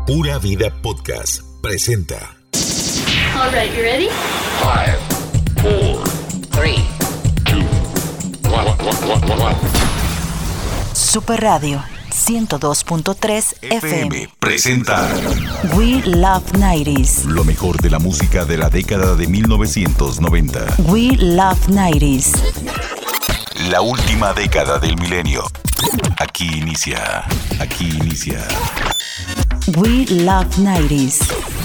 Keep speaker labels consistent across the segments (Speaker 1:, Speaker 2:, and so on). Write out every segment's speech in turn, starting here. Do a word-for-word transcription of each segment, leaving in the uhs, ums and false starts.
Speaker 1: Pura Vida Podcast presenta.
Speaker 2: All right, you ready?
Speaker 3: Five, four, three, two, one, one, one, one.
Speaker 4: Super Radio ciento dos punto tres F M
Speaker 1: presenta
Speaker 4: We Love nineties.
Speaker 1: lo mejor de la música de la década de mil novecientos noventa.
Speaker 4: We Love nineties.
Speaker 1: La última década del milenio. Aquí inicia. Aquí inicia.
Speaker 4: We Love nineties.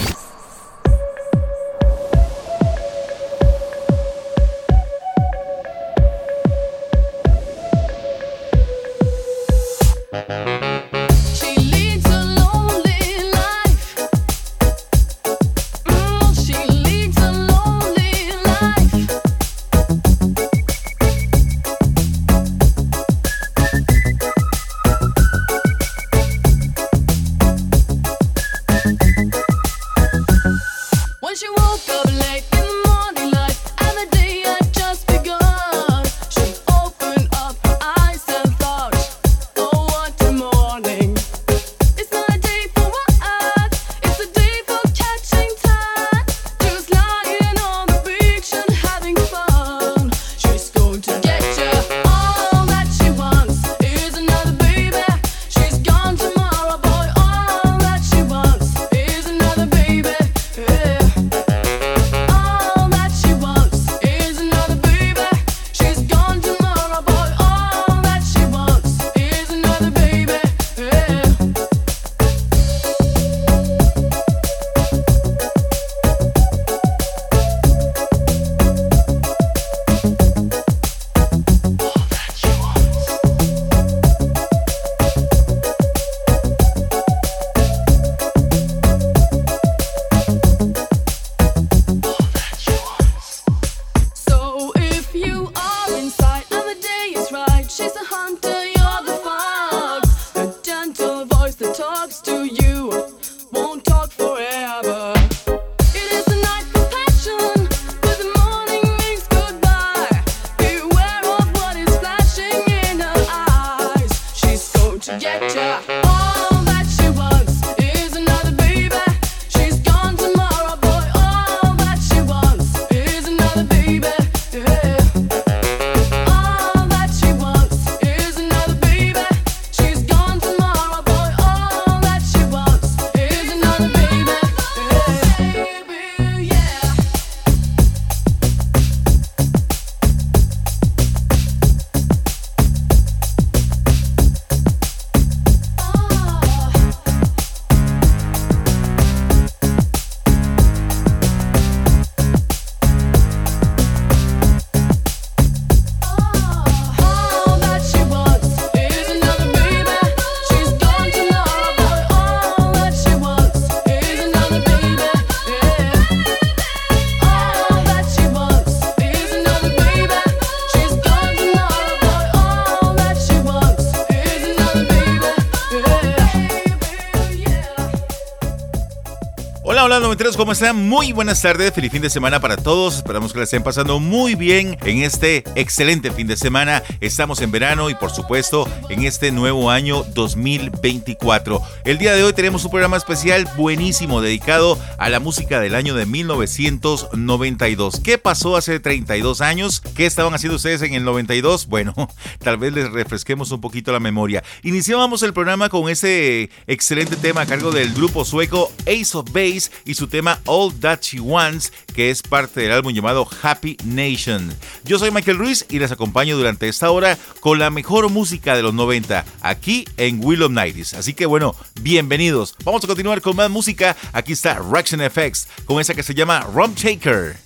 Speaker 5: Hola noventeros, ¿cómo están? Muy buenas tardes, feliz fin de semana para todos. Esperamos que la estén pasando muy bien en este excelente fin de semana. Estamos en verano y por supuesto en este nuevo año dos mil veinticuatro. El día de hoy tenemos un programa especial buenísimo dedicado a la música del año de mil novecientos noventa y dos. ¿Qué pasó hace treinta y dos años? ¿Qué estaban haciendo ustedes en el noventa y dos? Bueno, tal vez les refresquemos un poquito la memoria. Iniciábamos el programa con ese excelente tema a cargo del grupo sueco Ace of Base y su tema All That She Wants, que es parte del álbum llamado Happy Nation. Yo soy Michael Ruiz y les acompaño durante esta hora con la mejor música de los noventa aquí en We Love nineties. Así que bueno, bienvenidos. Vamos a continuar con más música. Aquí está Reaction F X con esa que se llama Rump Shaker.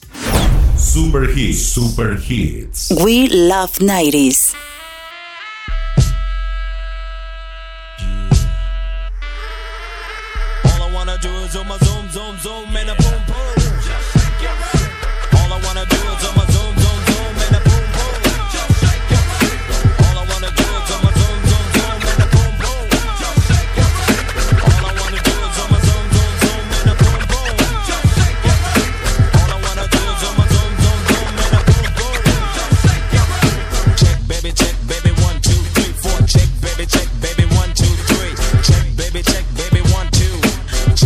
Speaker 1: Super Hits, Super Hits.
Speaker 4: We Love nineties.
Speaker 6: All I wanna do is on my zoom, zoom, zoom, and a boom, boom. All I wanna do is on my zoom, zoom, zoom, and a boom, boom. All I wanna do is on my zoom, zoom, zoom, and a boom, boom. All I wanna do is on my zoom, zoom, zoom, and a boom, boom. All I wanna do is on my zoom, zoom, zoom, and a boom, boom. Check, baby, check, baby, one, two, three, four. Check, baby, check, baby, one, two, three. Check, baby, check, baby, one, two.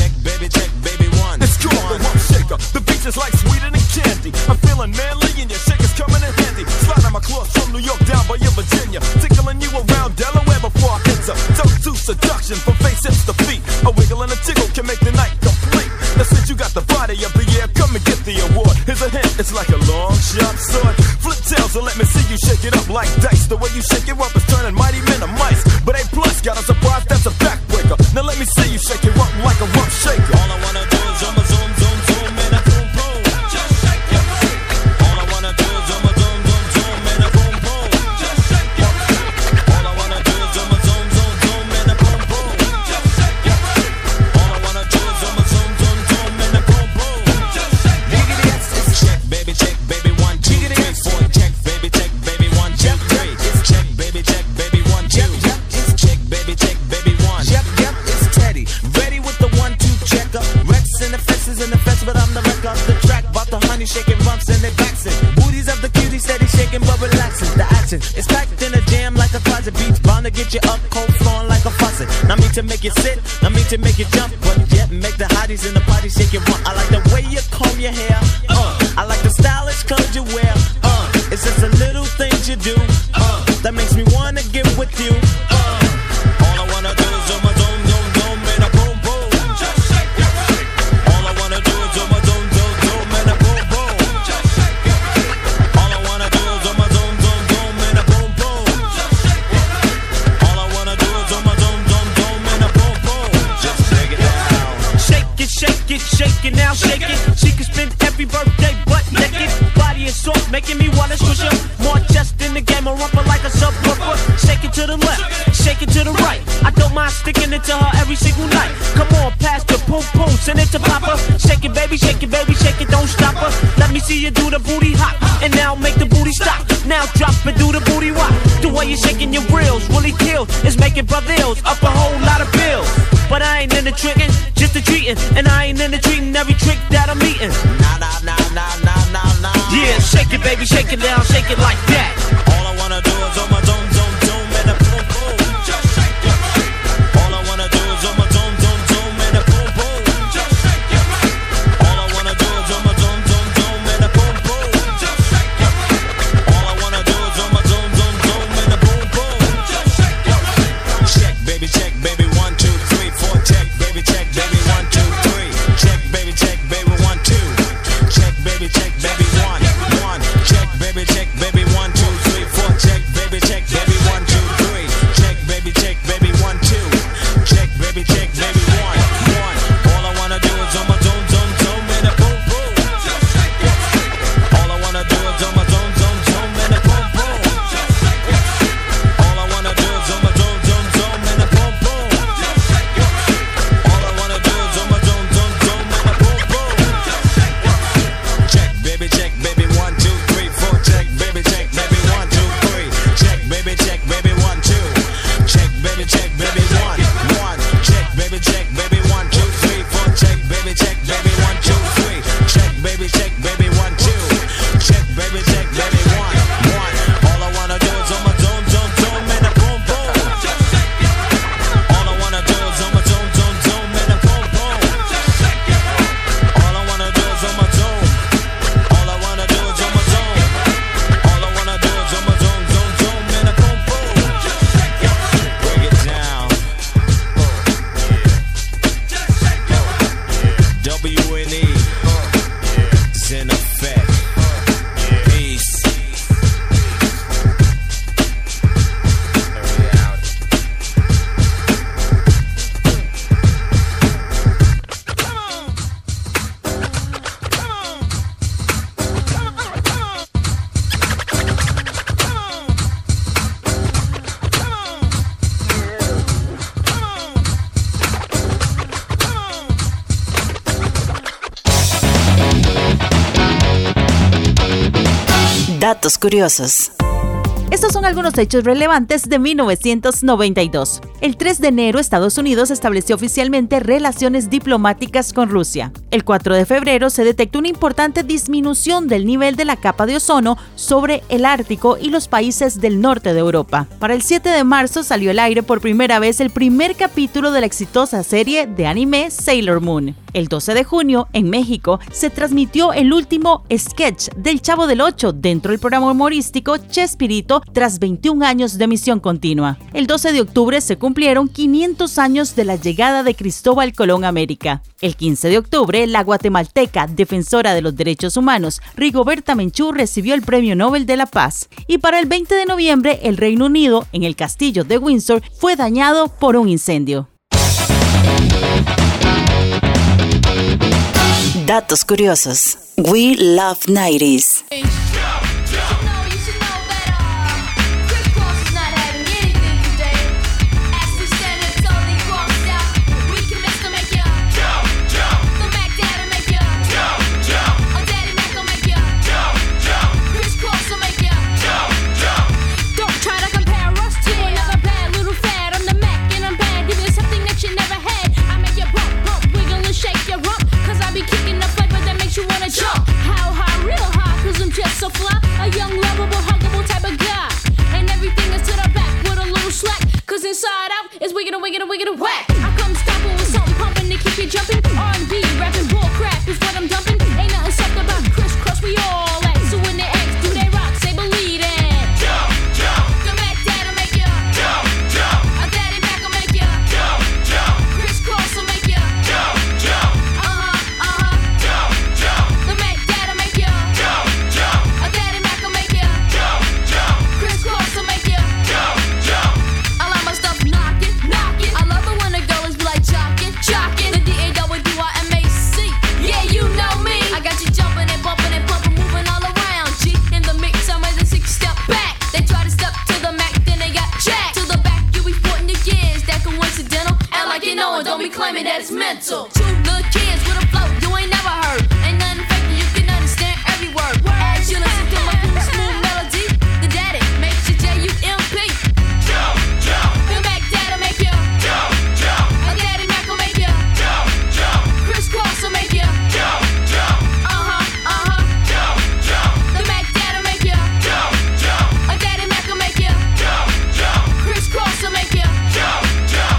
Speaker 6: seduction from face hips to feet. A wiggle and a tickle can make the night complete. Now since you got the body of the year, come and get the award. Here's a hint, it's like a long sharp sword. Flip tails and let me see you shake it up like dice. The way you shake it up is turning mighty men to mice. But A plus got a surprise, that's a backbreaker. Now let me see you shake it up like a rough shaker.
Speaker 7: All I wanna do is zoom, zoom, zoom, zoom, and a boom, boom. Just shake your feet. All I wanna do is zoom, zoom, zoom, zoom, and a boom, boom. Just shake your feet. All I wanna do is zoom, zoom, zoom, zoom, and a boom, boom. Just shake your feet. All I wanna do is zoom, zoom, zoom, zoom, and a boom, boom. Just shake your feet. It's check, baby, check, baby, one, two, three, four. Check, baby, check, baby, one, two, three. It's check, baby, check, baby, one, two. It's check, baby, check, baby, one.
Speaker 8: Yep, yep, it's Teddy. Ready with the one, two checker. Rex in the fences in the fence, but I'm the wreck off the track. Bought the honey shaking bumps and they backs it. Booties of the cutie steady shaking but relaxing. The action is packed in a jam like a closet. Beats bound to get you up, cold flowing like a faucet. Not me to make you sit, not me to make you jump, but yet make the hotties in the party shake it rump. I like the way you comb your hair. Uh, I like the stylish clothes you wear. Uh, it's just the little things you do. Uh, that makes me wanna get with you. Uh,
Speaker 7: All I wanna do is zoom, zoom, zoom, zoom, and a boom, boom. Just shake your feet. All I wanna do is zoom, zoom, zoom, zoom, and a boom, boom. Just shake your feet. All I wanna do is zoom, zoom, zoom, zoom, and a boom, boom. Just shake your feet. All I wanna do is zoom, zoom, zoom, zoom, and a boom, boom. Just shake it down.
Speaker 8: shake it, shake it, shake it now, shake it. She can spend every birthday butt naked. Body is soft, making me wanna squish her. More chest in the game, a rumper like a subwoofer. Shake it to the left, shake it to the right. I don't mind sticking it to her every single night. Come on, pass the boom boom, send it to Papa. Shake it, baby, shake it, baby, shake it, don't stop her. Let me see you do the booty hop, and now make the booty stop. Now drop and do the booty rock. The way you're shaking your grills really kills. It's making brothers up a whole lot of bills. But I ain't into tricking, just the treating, and I ain't into treating every trick that I'm eating.
Speaker 7: Nah, nah, nah, nah, nah, nah, nah.
Speaker 8: Yeah, shake it, baby, shake it down, shake it like that.
Speaker 7: All I wanna do is zoom, zoom, zoom, zoom, and a boom, boom. Just shake your feet. All I wanna do is zoom, zoom, zoom, zoom, and a boom, boom. Just shake your feet. All I wanna do is zoom, zoom, zoom, zoom, and a boom, boom. Just shake your feet. All I wanna do is zoom, zoom, zoom, zoom, and a boom, boom. Just shake your feet.
Speaker 6: Check, baby, check, baby, one, two, three, four. Check, baby, check, baby, one, two, three. Check, baby, check, baby, one, two. Check, baby, check, baby, one, one. Check, baby, check, baby, one, two, three, four. Check, baby, check, baby, one, two, three. Check, baby, check, baby, one, two. Check, baby, check, baby, one, one. All I wanna do is zoom, zoom, zoom, zoom, and a boom, boom. Just shake your feet. All I wanna do is zoom, zoom, zoom, zoom, and a boom, boom. Just shake your feet. All I wanna do is zoom, zoom, zoom, zoom, and a boom, boom. Just shake your feet. All I wanna do is zoom, zoom, zoom, zoom, and a boom, boom. Just shake your feet. Check, baby, check, baby, one, two, three, four. Check, baby, check, baby, one, two, three. Check, baby, check, baby, one, two. Check, baby, check, baby, one, one. Check, baby, check, baby, one, two, three, four. Check, baby, check, baby, one, two, three. Check, baby, check, baby, one, two. Check, baby, check, baby, one, one. All I wanna do is zoom, zoom, zoom, zoom, and a boom, boom. Just shake it. All I wanna do is zoom, zoom, zoom, zoom, and a boom, boom. Just shake it. All I wanna do is zoom, zoom. All I wanna do is zoom, zoom. All I wanna do is zoom, zoom, zoom, zoom, and a boom, boom. Just shake it. Break it down. Just shake it. W N E. It's in effect. Peace.
Speaker 4: Datos curiosos.
Speaker 9: Estos son algunos hechos relevantes de mil novecientos noventa y dos. El tres de enero, Estados Unidos estableció oficialmente relaciones diplomáticas con Rusia. El cuatro de febrero se detectó una importante disminución del nivel de la capa de ozono sobre el Ártico y los países del norte de Europa. Para el siete de marzo salió al aire por primera vez el primer capítulo de la exitosa serie de anime Sailor Moon. El doce de junio, en México, se transmitió el último sketch del Chavo del Ocho dentro del programa humorístico Chespirito tras veintiún años de emisión continua. El doce de octubre se cumplieron quinientos años de la llegada de Cristóbal Colón a América. El quince de octubre, la guatemalteca defensora de los derechos humanos, Rigoberta Menchú, recibió el Premio Nobel de la Paz. Y para el veinte de noviembre, el Reino Unido, en el castillo de Windsor, fue dañado por un incendio.
Speaker 4: Datos curiosos. We Love nineties.
Speaker 10: So fly, a young, lovable, huggable type of guy. And everything is to the back with a little slack. Cause inside out is wicked and wicked and wicked and whack. I come stomping with something pumping to keep you jumping. R and B, rapping, bull crap is what I'm dumping. Ain't nothing soft about crisscross, we all at. So when they ask, do they rock, say believe it. Jump, jump. The Mac Dad'll make ya. Jump, jump. A Daddy Mac will make ya. Jump, jump. Crisscross will make ya. Jump, jump. Uh-huh, uh-huh. Jump, jump. The Mac Dad'll make ya. Jump, jump. Don't be claiming that it's mental. Two little kids with a flow you ain't never heard. Ain't nothing fake and you can understand every word. As you listen to my cool smooth melody, the daddy makes you J U M P. Jump, jump. The Mac Dad'll make you. Jump, jump. A Daddy Mac will make you. Jump, jump. Crisscross will make you. Jump, jump. Uh-huh, uh-huh. Jump, jump. The Mac Dad'll make you. Jump, jump. A Daddy Mac will make you. Jump, jump. Crisscross will make you. Jump, jump.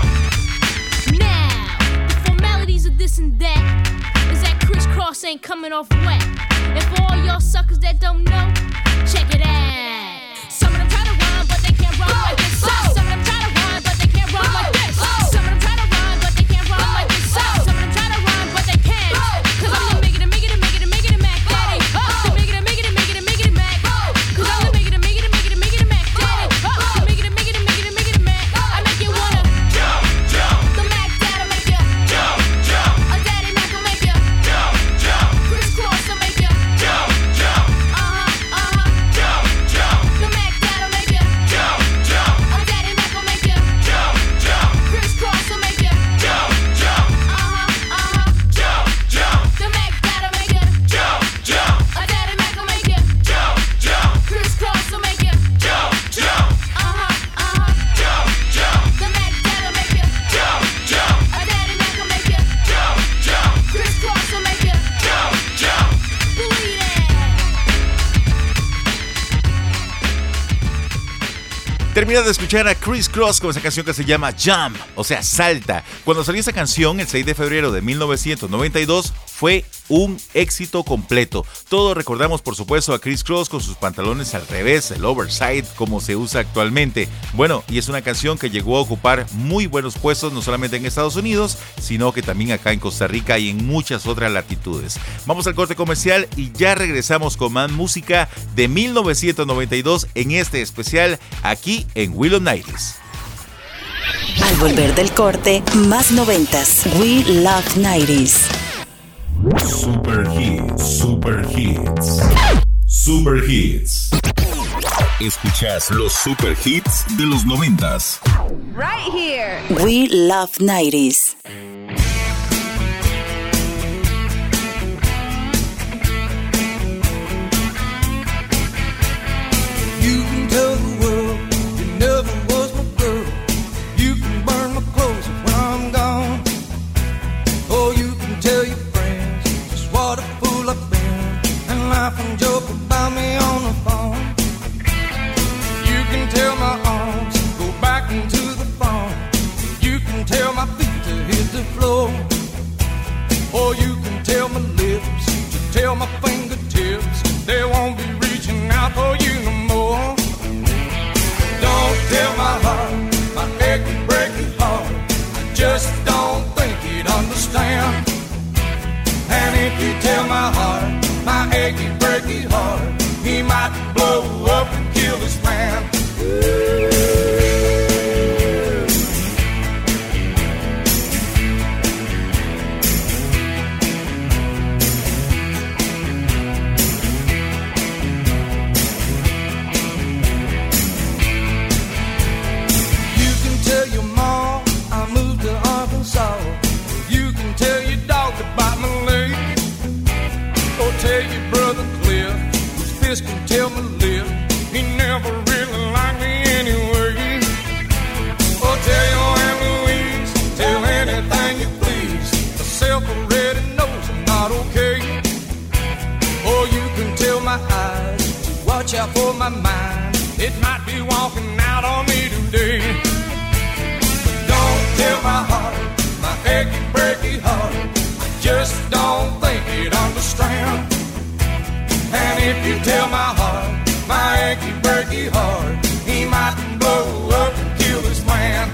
Speaker 10: This and that is that crisscross ain't coming off wet. And for all y'all suckers that don't know, check it out. Some of them try to rhyme, but they can't rhyme like this. Some of them try to rhyme, but they can't rhyme like this. Some of them try to rhyme, but they can't rhyme like this. Some of them try to rhyme, but they can't. Cause I'm the make it, make it, make it, make it, Mac Daddy. The make it, make it, make it, make it, Mac. Cause I'm the make it, make it, make it, make it, Mac Daddy. The make it, make it, make it, make it, Mac. I make you wanna jump, jump. The Mac Dad'll make you jump, jump. A Daddy Mac will make you jump, jump. Crisscross will make you jump, jump. Uh-huh, uh-huh. Jump, jump. The Mac Dad'll make you jump, jump. A Daddy Mac will make you jump, jump. Crisscross will make you jump, jump. Uh-huh, uh-huh. Jump, jump. The Mac Dad'll make you jump, jump. A Daddy Mac will make you jump, jump. Crisscross will make you jump, jump. Uh-huh, uh-huh. Jump, jump. The Mac Dad'll make you jump, jump. A Daddy Mac will make you jump, jump. Crisscross will make you jump, jump. Believe it.
Speaker 5: Termina de escuchar a Criss Cross con esa canción que se llama Jump, o sea, salta. Cuando salió esa canción, el seis de febrero de mil novecientos noventa y dos, fue un éxito completo. Todos recordamos, por supuesto, a Criss Cross con sus pantalones al revés, el oversize, como se usa actualmente. Bueno, y es una canción que llegó a ocupar muy buenos puestos, no solamente en Estados Unidos, sino que también acá en Costa Rica y en muchas otras latitudes. Vamos al corte comercial y ya regresamos con más música de mil novecientos noventa y dos en este especial aquí en We Love nineties.
Speaker 4: Al volver del corte, más noventas. We Love nineties.
Speaker 1: Super Hits, Super Hits, Super Hits. Escuchas los Super Hits de los noventas.
Speaker 4: Right here. We Love nineties.
Speaker 11: You can tell the world you never was my girl. You can burn my clothes when I'm gone. Or you can tell your friends just what a fool I've been and laugh and joke about me on the phone. You can tell my arms go back into the phone. You can tell my feet to hit if you tell my heart, my achy, breaky heart, he might blow up and kill this man. You can tell your mom I moved to Arkansas. You can tell your dog to bite my leg. Or tell your brother Cliff, whose fist can tell my lip, he never really liked me anyway. Or tell your Aunt Louise, tell anything you please, myself already knows I'm not okay. Or you can tell my eyes to watch out for my mind, it might be walking out on me today. Don't tell my heart, my achy, breaky heart, I just don't think it understand. And if you tell my heart, my achy, breaky heart, he might blow up and kill this man.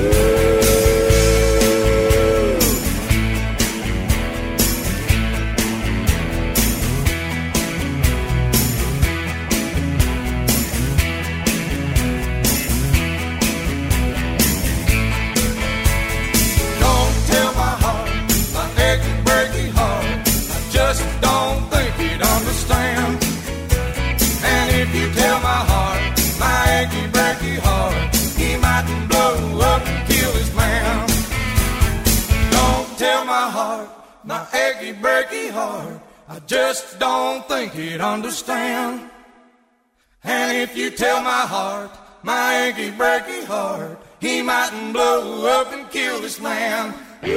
Speaker 11: Don't tell my heart, my achy, breaky heart, I just don't think he'd understand. And if you tell my heart, my achy, breaky heart, he might blow up and kill his man. Don't tell my heart, my achy, breaky heart, I just don't think he'd understand. And if you tell my heart, my achy, breaky heart, he might blow up and kill this man.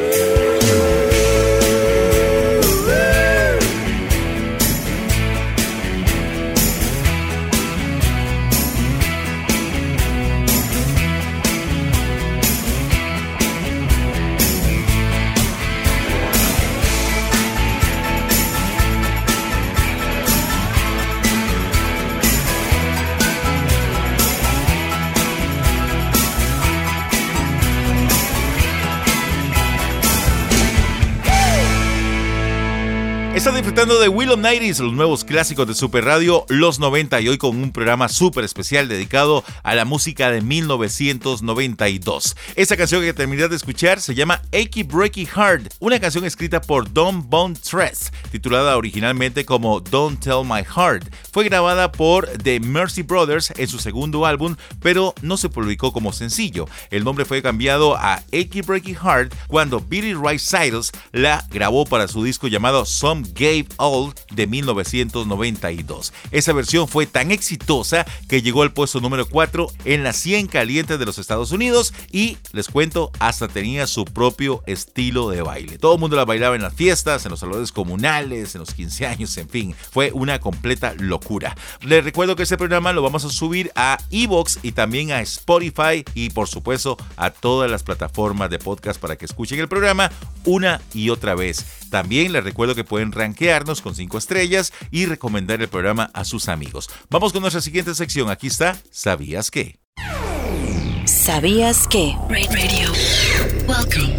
Speaker 5: Estás disfrutando de Will of nineties, los nuevos clásicos de Super Radio Los noventa, y hoy con un programa súper especial dedicado a la música de mil novecientos noventa y dos. Esta canción que terminas de escuchar se llama Achy Breaky Heart, una canción escrita por Don Von Tress, titulada originalmente como Don't Tell My Heart. Fue grabada por The Mercy Brothers en su segundo álbum, pero no se publicó como sencillo. El nombre fue cambiado a Achy Breaky Heart cuando Billy Ray Cyrus la grabó para su disco llamado Some Gave All de mil novecientos noventa y dos. Esa versión fue tan exitosa que llegó al puesto número cuatro en las cien calientes de los Estados Unidos y, les cuento, hasta tenía su propio estilo de baile. Todo el mundo la bailaba en las fiestas, en los salones comunales, en los quince años, en fin, fue una completa locura. Les recuerdo que este programa lo vamos a subir a iVoox y también a Spotify y, por supuesto, a todas las plataformas de podcast para que escuchen el programa una y otra vez. También les recuerdo que pueden rankearnos con cinco estrellas y recomendar el programa a sus amigos. Vamos con nuestra siguiente sección. Aquí está ¿Sabías qué?
Speaker 4: ¿Sabías qué? Radio. Welcome.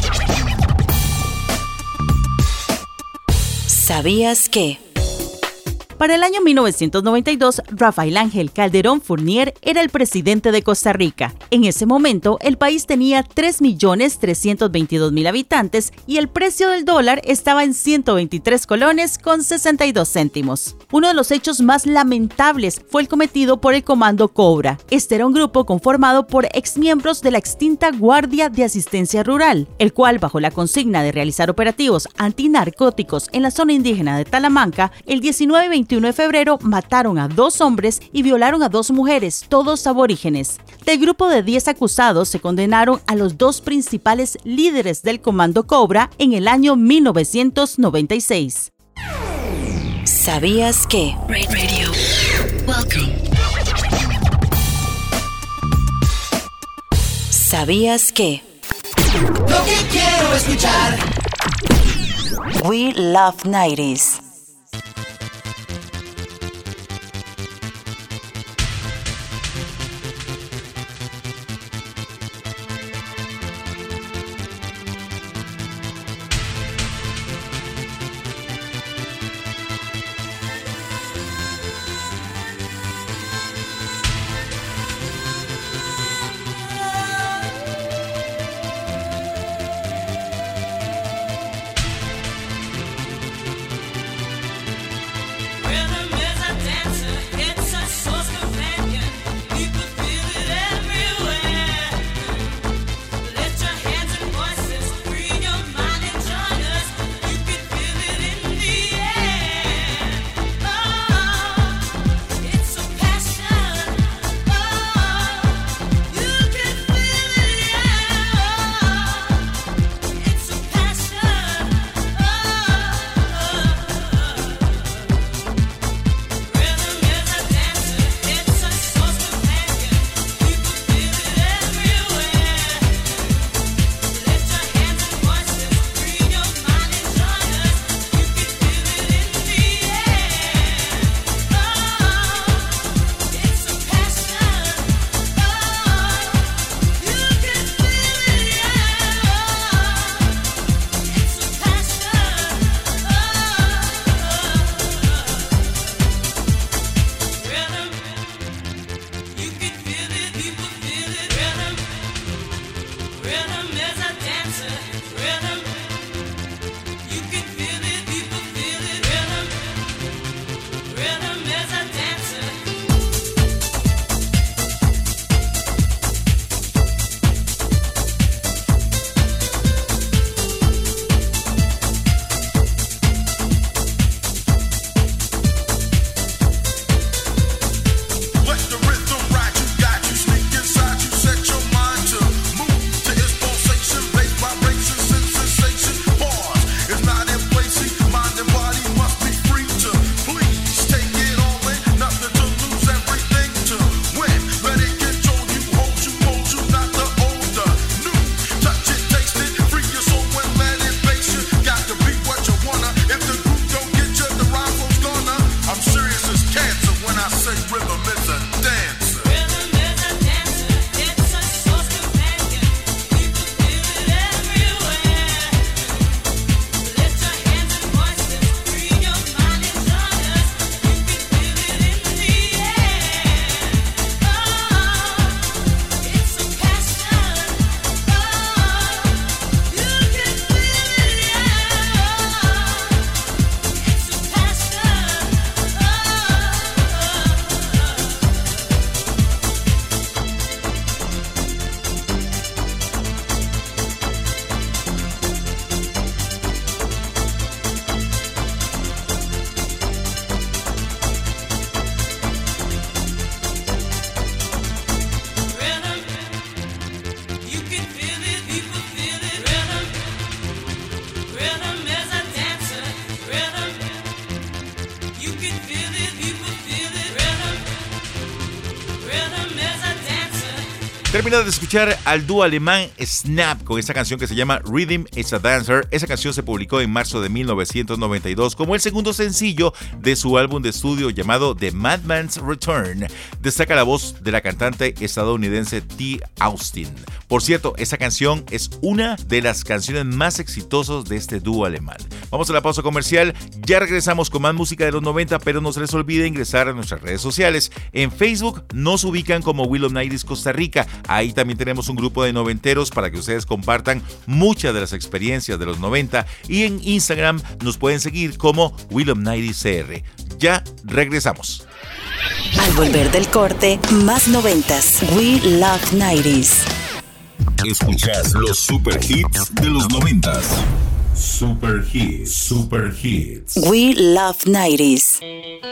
Speaker 4: ¿Sabías qué?
Speaker 9: Para el año mil novecientos noventa y dos, Rafael Ángel Calderón Fournier era el presidente de Costa Rica. En ese momento, el país tenía tres millones trescientos veintidós mil habitantes y el precio del dólar estaba en ciento veintitrés colones con sesenta y dos céntimos. Uno de los hechos más lamentables fue el cometido por el Comando Cobra. Este era un grupo conformado por exmiembros de la extinta Guardia de Asistencia Rural, el cual, bajo la consigna de realizar operativos antinarcóticos en la zona indígena de Talamanca, el diecinueve y veintiuno de febrero mataron a dos hombres y violaron a dos mujeres, todos aborígenes. Del grupo de diez acusados se condenaron a los dos principales líderes del Comando Cobra en el año mil novecientos noventa y seis.
Speaker 4: ¿Sabías qué? Radio. Welcome. ¿Sabías qué?
Speaker 12: Lo que quiero escuchar.
Speaker 4: We Love nineties.
Speaker 5: Terminado de escuchar al dúo alemán Snap con esta canción que se llama Rhythm is a Dancer. Esa canción se publicó en marzo de mil novecientos noventa y dos como el segundo sencillo de su álbum de estudio llamado The Madman's Return. Destaca la voz de la cantante estadounidense T. Austin. Por cierto, esta canción es una de las canciones más exitosas de este dúo alemán. Vamos a la pausa comercial. Ya regresamos con más música de los noventa, pero no se les olvide ingresar a nuestras redes sociales. En Facebook nos ubican como Wheel of nineties Costa Rica. Ahí también tenemos un grupo de noventeros para que ustedes compartan muchas de las experiencias de los noventa. Y en Instagram nos pueden seguir como Wheel of nineties C R. Ya regresamos.
Speaker 4: Al volver del corte, más noventas. We Love nineties.
Speaker 1: Escuchas los super hits de los noventas. Super hits, super hits.
Speaker 4: We Love nineties.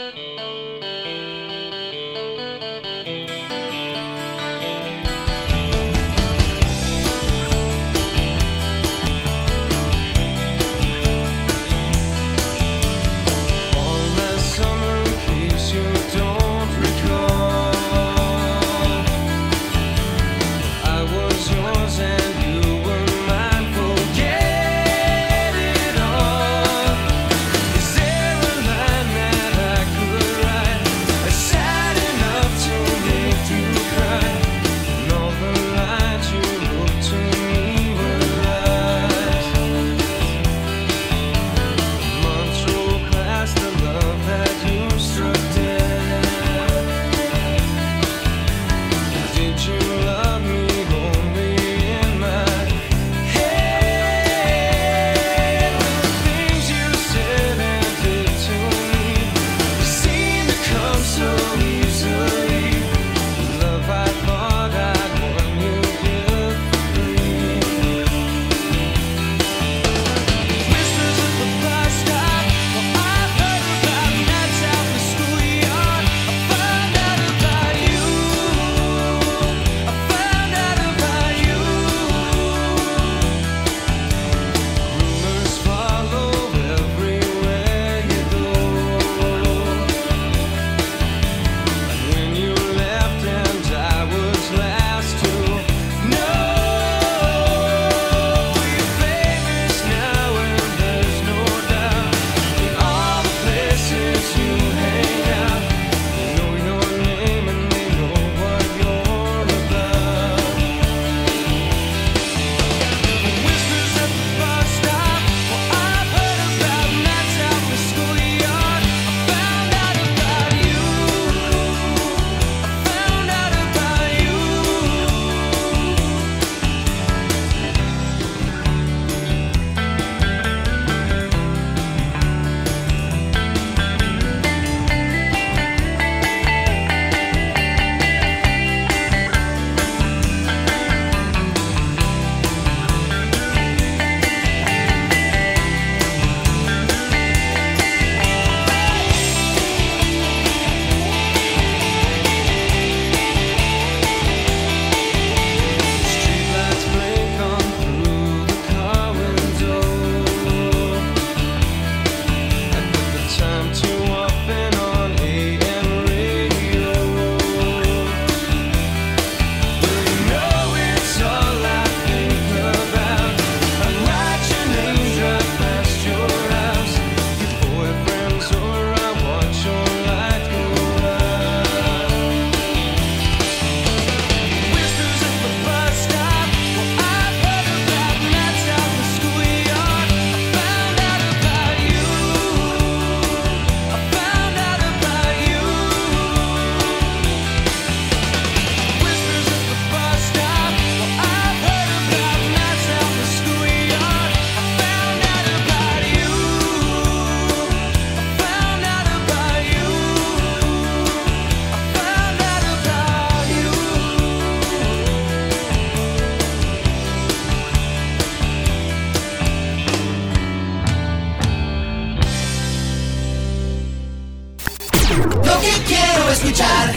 Speaker 12: Lo que quiero escuchar.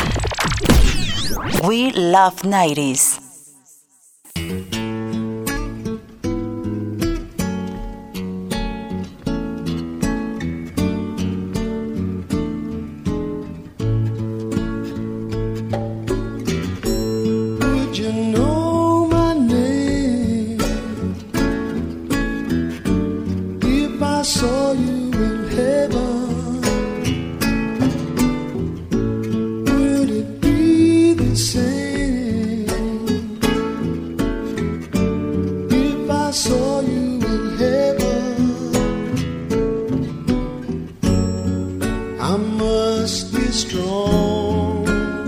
Speaker 4: We Love nineties.
Speaker 11: Would you know I saw you in heaven, would it be the same if I saw you in heaven? I must be strong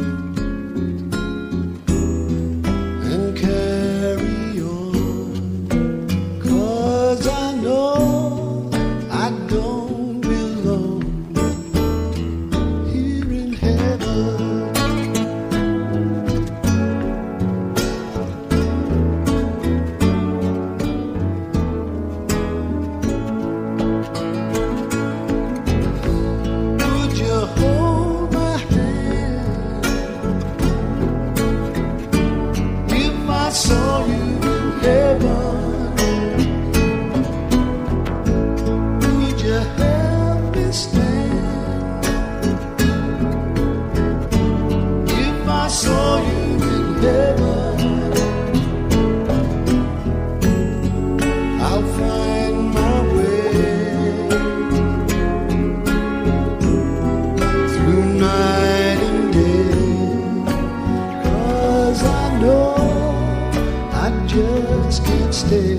Speaker 11: and carry on, 'cause I know I don't belong here in heaven. Would you hold my hand if I saw you in heaven? Would you help me stand if I saw you in heaven? I'll find my way through night and day, 'cause I know I just can't stay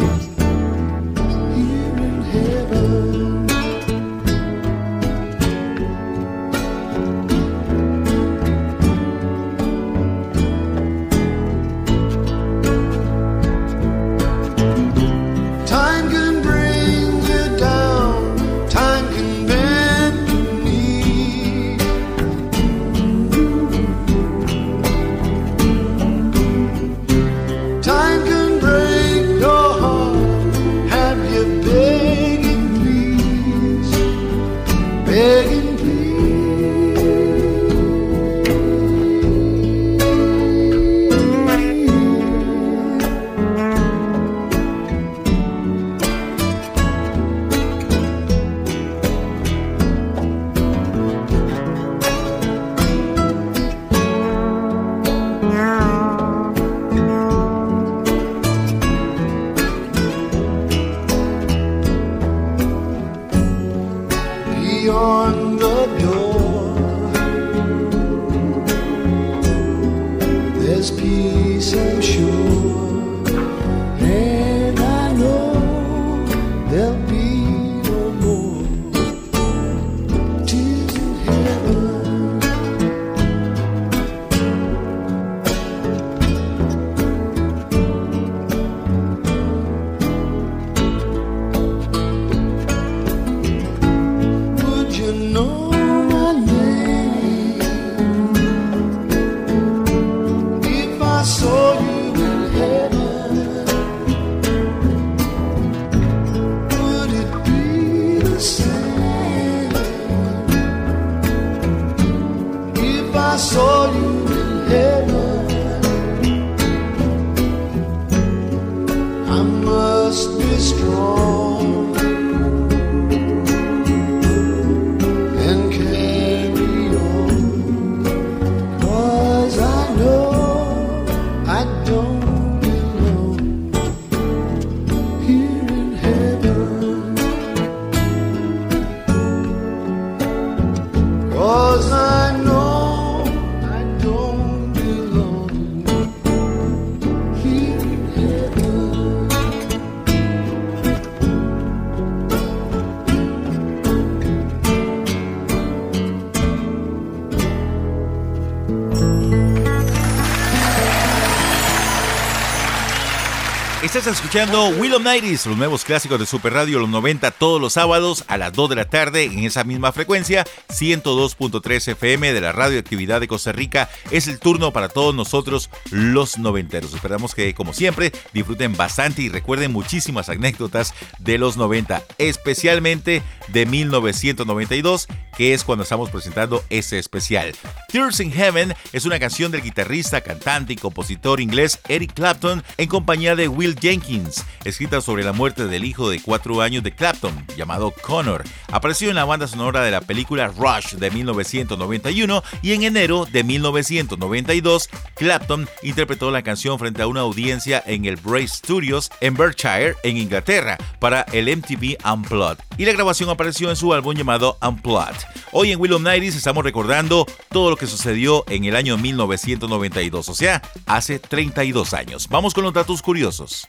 Speaker 11: here in heaven. Time can bring you down, time can bend your knee. Time can break your heart, have you begging please, begging please. Beyond the door, there's peace, I'm sure, and I know there'll be no more tears in heaven. Would you know my name if I saw you in heaven? Would it be the same if I saw you in heaven? I must be strong and carry on, 'cause I know I don't belong here in heaven, 'cause I know I don't belong here in heaven.
Speaker 5: Estás escuchando Will of nineties, los nuevos clásicos de Super Radio Los noventa, todos los sábados a las dos de la tarde en esa misma frecuencia, ciento dos punto tres F M de la radioactividad de Costa Rica. Es el turno para todos nosotros los noventeros. Esperamos que, como siempre, disfruten bastante y recuerden muchísimas anécdotas de los noventa, especialmente de mil novecientos noventa y dos, que es cuando estamos presentando ese especial. Tears in Heaven es una canción del guitarrista, cantante y compositor inglés Eric Clapton en compañía de Will James Jenkins, escrita sobre la muerte del hijo de cuatro años de Clapton, llamado Connor. Apareció en la banda sonora de la película Rush de mil novecientos noventa y uno y en enero de mil novecientos noventa y dos, Clapton interpretó la canción frente a una audiencia en el Bray Studios en Berkshire, en Inglaterra, para el M T V Unplugged. Y la grabación apareció en su álbum llamado Unplugged. Hoy en Wheel of noventa estamos recordando todo lo que sucedió en el año mil novecientos noventa y dos, o sea, hace treinta y dos años. Vamos con los datos curiosos.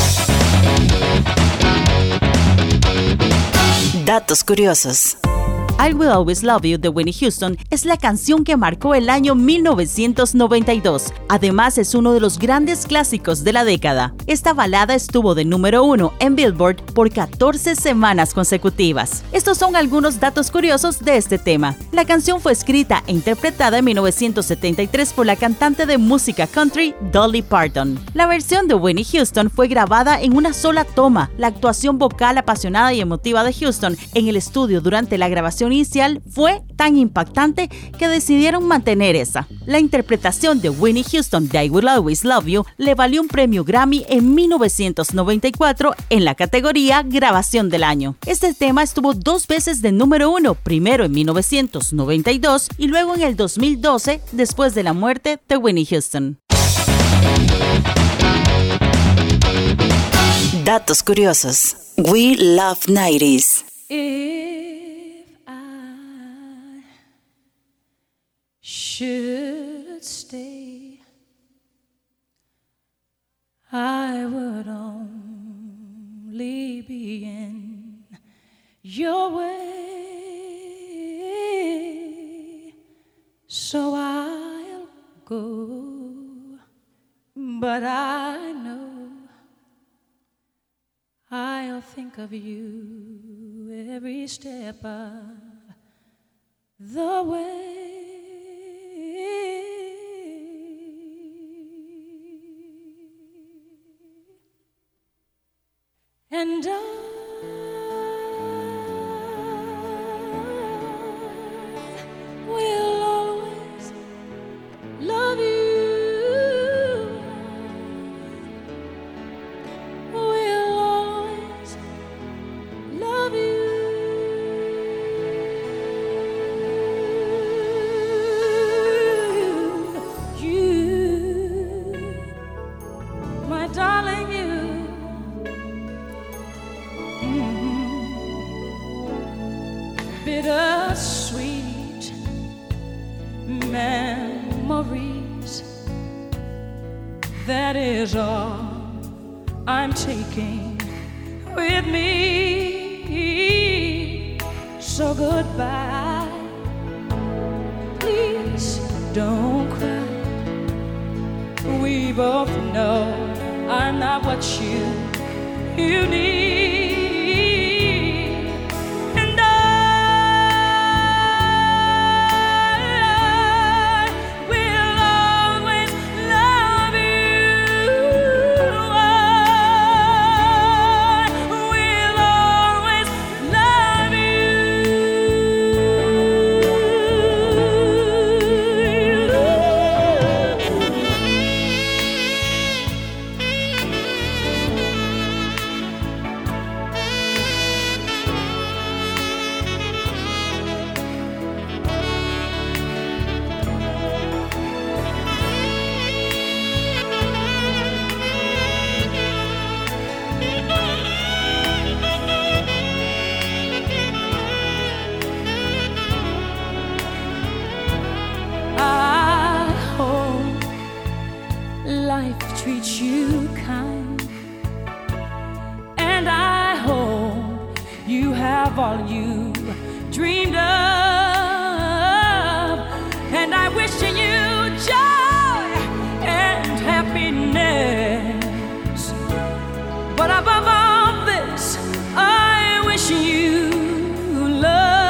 Speaker 4: Datos curiosos.
Speaker 9: I Will Always Love You de Whitney Houston es la canción que marcó el año mil novecientos noventa y dos. Además, es uno de los grandes clásicos de la década. Esta balada estuvo de número uno en Billboard por catorce semanas consecutivas. Estos son algunos datos curiosos de este tema. La canción fue escrita e interpretada en mil novecientos setenta y tres por la cantante de música country Dolly Parton. La versión de Whitney Houston fue grabada en una sola toma. La actuación vocal apasionada y emotiva de Houston en el estudio durante la grabación inicial fue tan impactante que decidieron mantener esa. La interpretación de Whitney Houston de I Will Always Love You le valió un premio Grammy en mil novecientos noventa y cuatro en la categoría Grabación del Año. Este tema estuvo dos veces de número uno, primero en mil novecientos noventa y dos y luego en el dos mil doce, después de la muerte de Whitney Houston.
Speaker 4: Datos curiosos. We Love nineties.
Speaker 13: Should stay, I would only be in your way, so I'll go, but I know I'll think of you every step of the way. And I will always love you. Will always love you. You, my darling, you. Bittersweet memories, that is all I'm taking with me. So goodbye, please don't cry. We both know I'm not what you, you need. Treat you kind, and I hope you have all you dreamed of, and I wish you joy and happiness, but above all this I wish you love.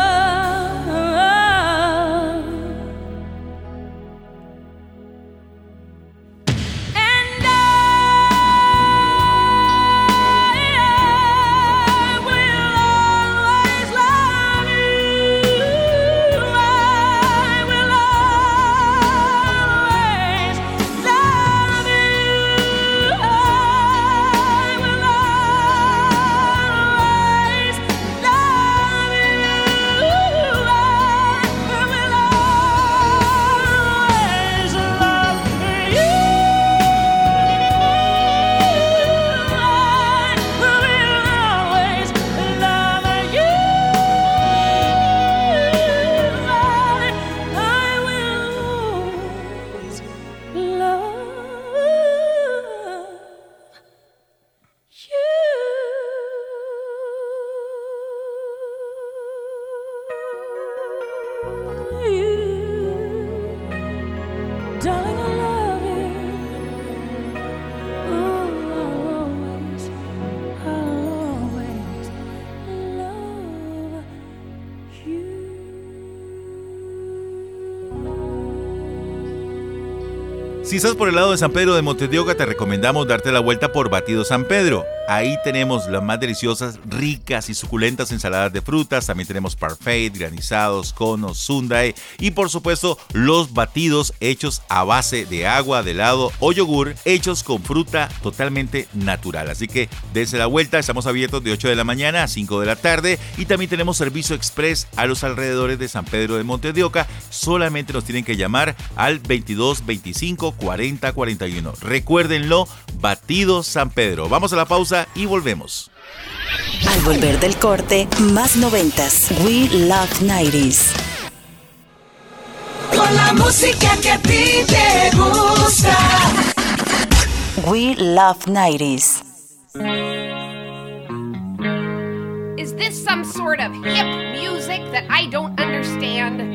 Speaker 5: Si estás por el lado de San Pedro de Montes de Oca, te recomendamos darte la vuelta por Batido San Pedro. Ahí tenemos las más deliciosas, ricas y suculentas ensaladas de frutas. También tenemos parfait, granizados, conos, sundae y por supuesto los batidos hechos a base de agua, de helado o yogur, hechos con fruta totalmente natural. Así que dense la vuelta. Estamos abiertos de ocho de la mañana a cinco de la tarde y también tenemos servicio express a los alrededores de San Pedro de Montes de Oca. Solamente nos tienen que llamar al veintidós veinticinco cuarenta cuarenta y uno. Recuérdenlo, Batido San Pedro. Vamos a la pausa y volvemos.
Speaker 4: Al volver del corte, más noventas. We Love nineties.
Speaker 12: Con la música que a ti te gusta.
Speaker 4: We Love nineties.
Speaker 14: Is this some sort of hip music that I don't understand?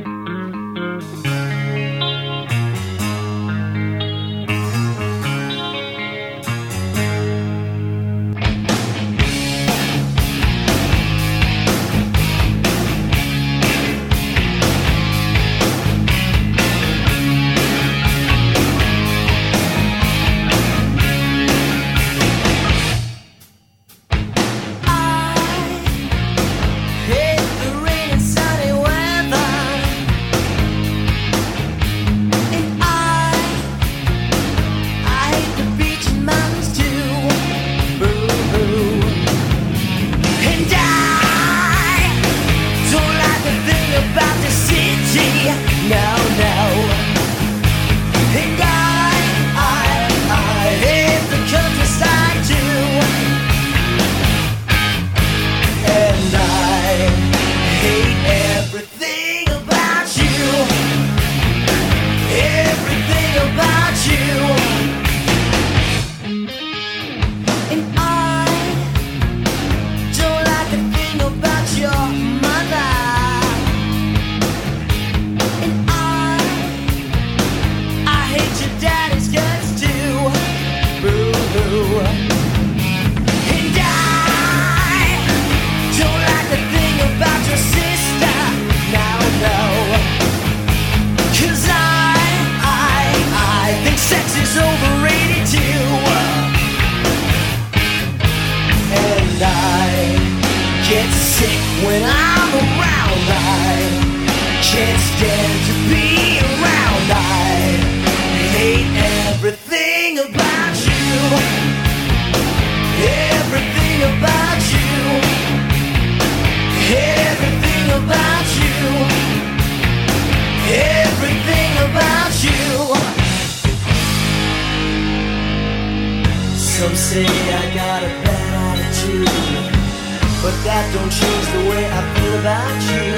Speaker 12: Some say I got a bad attitude, but that don't change the way I feel about you.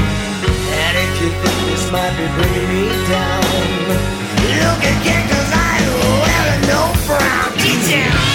Speaker 12: And if you think this might be bringing me down, look again, cause I wear no brown detail.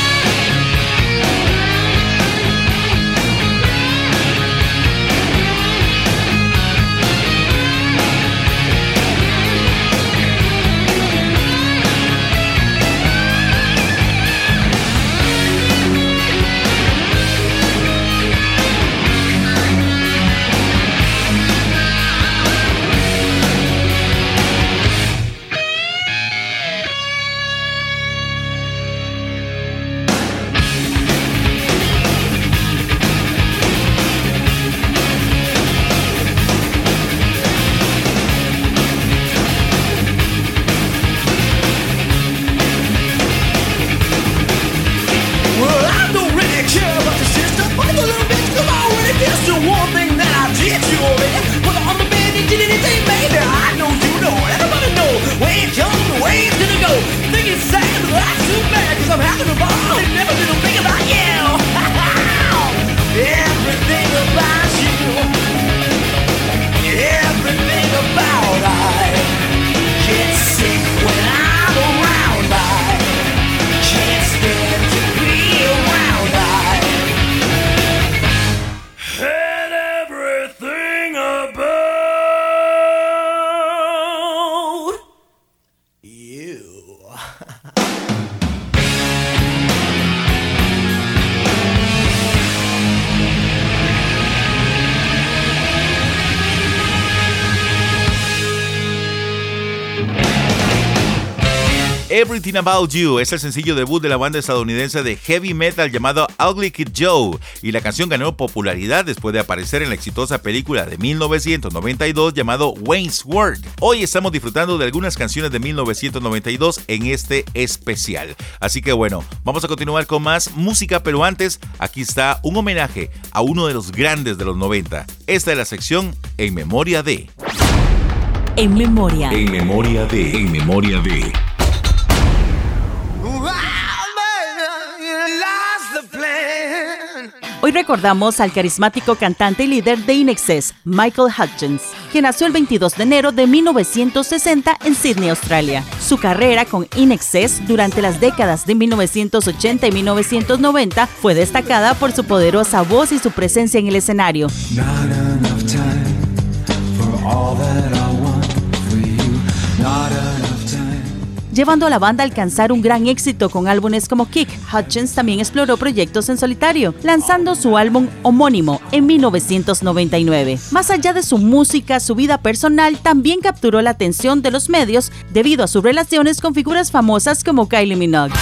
Speaker 5: Everything About You es el sencillo debut de la banda estadounidense de heavy metal llamado Ugly Kid Joe, y la canción ganó popularidad después de aparecer en la exitosa película de mil novecientos noventa y dos llamado Wayne's World. Hoy estamos disfrutando de algunas canciones de mil novecientos noventa y dos en este especial. Así que bueno, vamos a continuar con más música, pero antes, aquí está un homenaje a uno de los grandes de los noventa. Esta es la sección En Memoria de...
Speaker 4: En Memoria.
Speaker 1: En Memoria de... En Memoria de...
Speaker 9: Hoy recordamos al carismático cantante y líder de In Excess, Michael Hutchence, que nació el veintidós de enero de mil novecientos sesenta en Sydney, Australia. Su carrera con In Excess durante las décadas de mil novecientos ochenta y mil novecientos noventa fue destacada por su poderosa voz y su presencia en el escenario.
Speaker 11: Not enough time for all that I want for you. Not enough time.
Speaker 9: Llevando a la banda a alcanzar un gran éxito con álbumes como Kick. Hutchence también exploró proyectos en solitario, lanzando su álbum homónimo en mil novecientos noventa y nueve. Más allá de su música, su vida personal también capturó la atención de los medios debido a sus relaciones con figuras famosas como Kylie Minogue.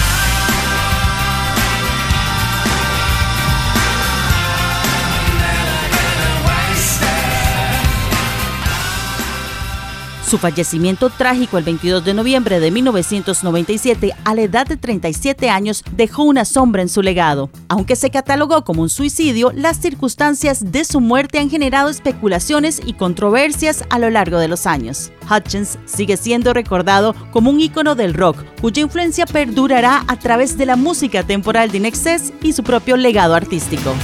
Speaker 9: Su fallecimiento trágico el veintidós de noviembre de mil novecientos noventa y siete a la edad de treinta y siete años dejó una sombra en su legado. Aunque se catalogó como un suicidio, las circunstancias de su muerte han generado especulaciones y controversias a lo largo de los años. Hutchence sigue siendo recordado como un ícono del rock, cuya influencia perdurará a través de la música temporal de In Excess y su propio legado artístico.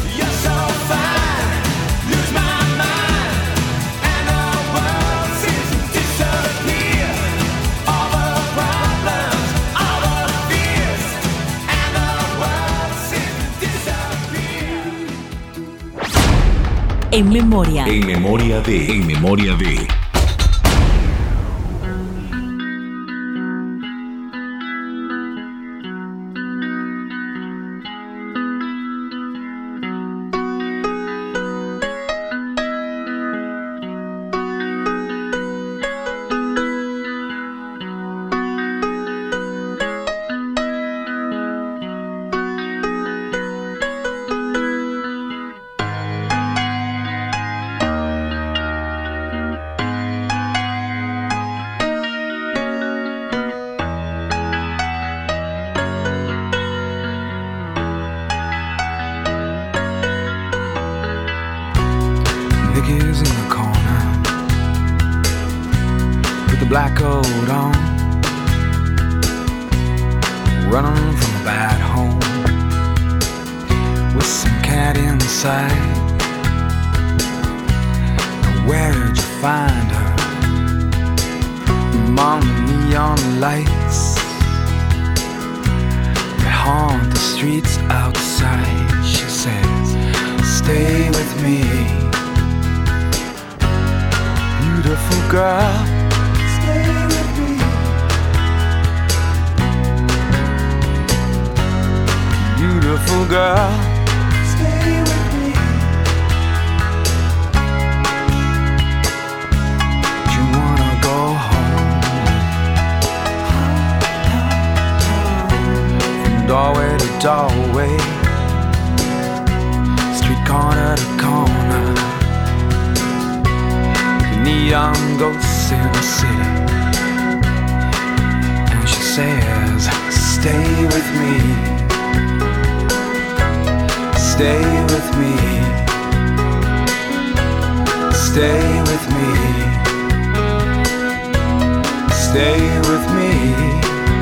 Speaker 4: En Memoria.
Speaker 1: En Memoria de... En Memoria de...
Speaker 11: Nicky's in the corner with the black coat on, running from a bad home with some cat inside. Now where'd you find her? Among the neon lights that haunt the streets outside. She says, stay with me, beautiful girl, stay with me. Beautiful girl, stay with me. Do you wanna go home? From doorway to doorway, street corner to corner, neon ghosts in the city. And she says, stay with me, stay with me, stay with me, stay with me.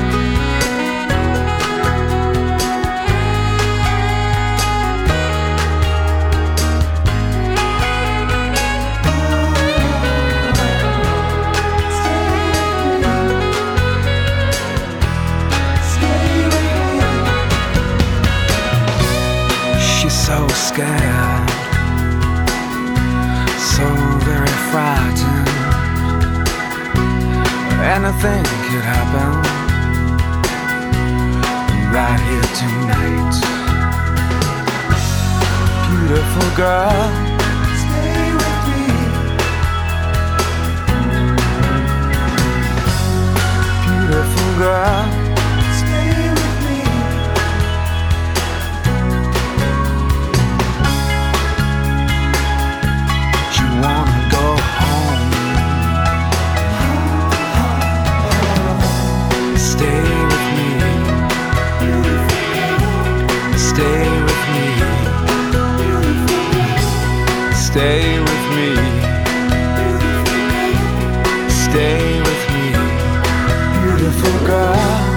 Speaker 11: So scared, so very frightened. Anything could happen right here tonight. Beautiful girl, stay with me. Beautiful girl, Stay with me. Stay with me, beautiful girl.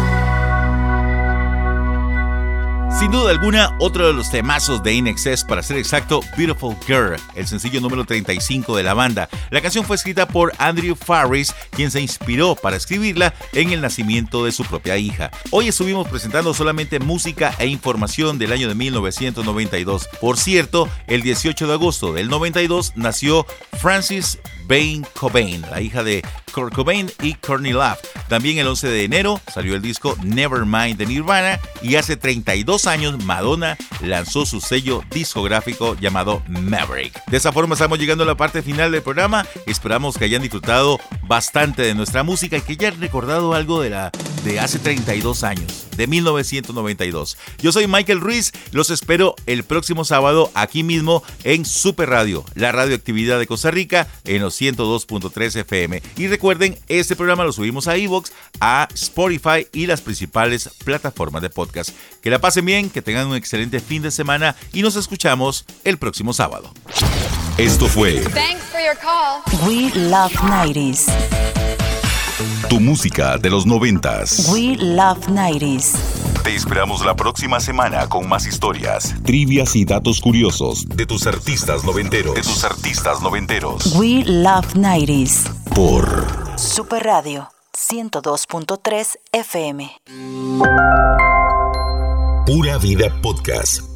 Speaker 5: Sin duda alguna, otro de los temazos de I N X S, para ser exacto, Beautiful Girl, el sencillo número treinta y cinco de la banda. La canción fue escrita por Andrew Farris, quien se inspiró para escribirla en el nacimiento de su propia hija. Hoy estuvimos presentando solamente música e información del año de mil novecientos noventa y dos. Por cierto, el dieciocho de agosto del noventa y dos nació Frances Bain Cobain, la hija de Kurt Cobain y Courtney Love. También el once de enero salió el disco Nevermind de Nirvana, y hace treinta y dos años Madonna lanzó su sello discográfico llamado Maverick. De esa forma estamos llegando a la parte final del programa. Esperamos que hayan disfrutado bastante de nuestra música y que hayan recordado algo de la de hace treinta y dos años, de mil novecientos noventa y dos. Yo soy Michael Ruiz, los espero el próximo sábado aquí mismo en Super Radio, la radioactividad de Costa Rica, en los ciento dos punto tres F M. Y recuerden, este programa lo subimos a iVoox, a Spotify y las principales plataformas de podcast. Que la pasen bien, que tengan un excelente fin de semana y nos escuchamos el próximo sábado.
Speaker 1: Esto fue
Speaker 14: Thanks for your call.
Speaker 4: We Love nineties.
Speaker 1: tu música de los noventas.
Speaker 4: We Love nineties.
Speaker 1: Te esperamos la próxima semana con más historias, trivias y datos curiosos de tus artistas noventeros. De tus artistas noventeros.
Speaker 4: We Love nineties.
Speaker 1: Por
Speaker 4: Super Radio ciento dos punto tres F M.
Speaker 1: Pura Vida Podcast.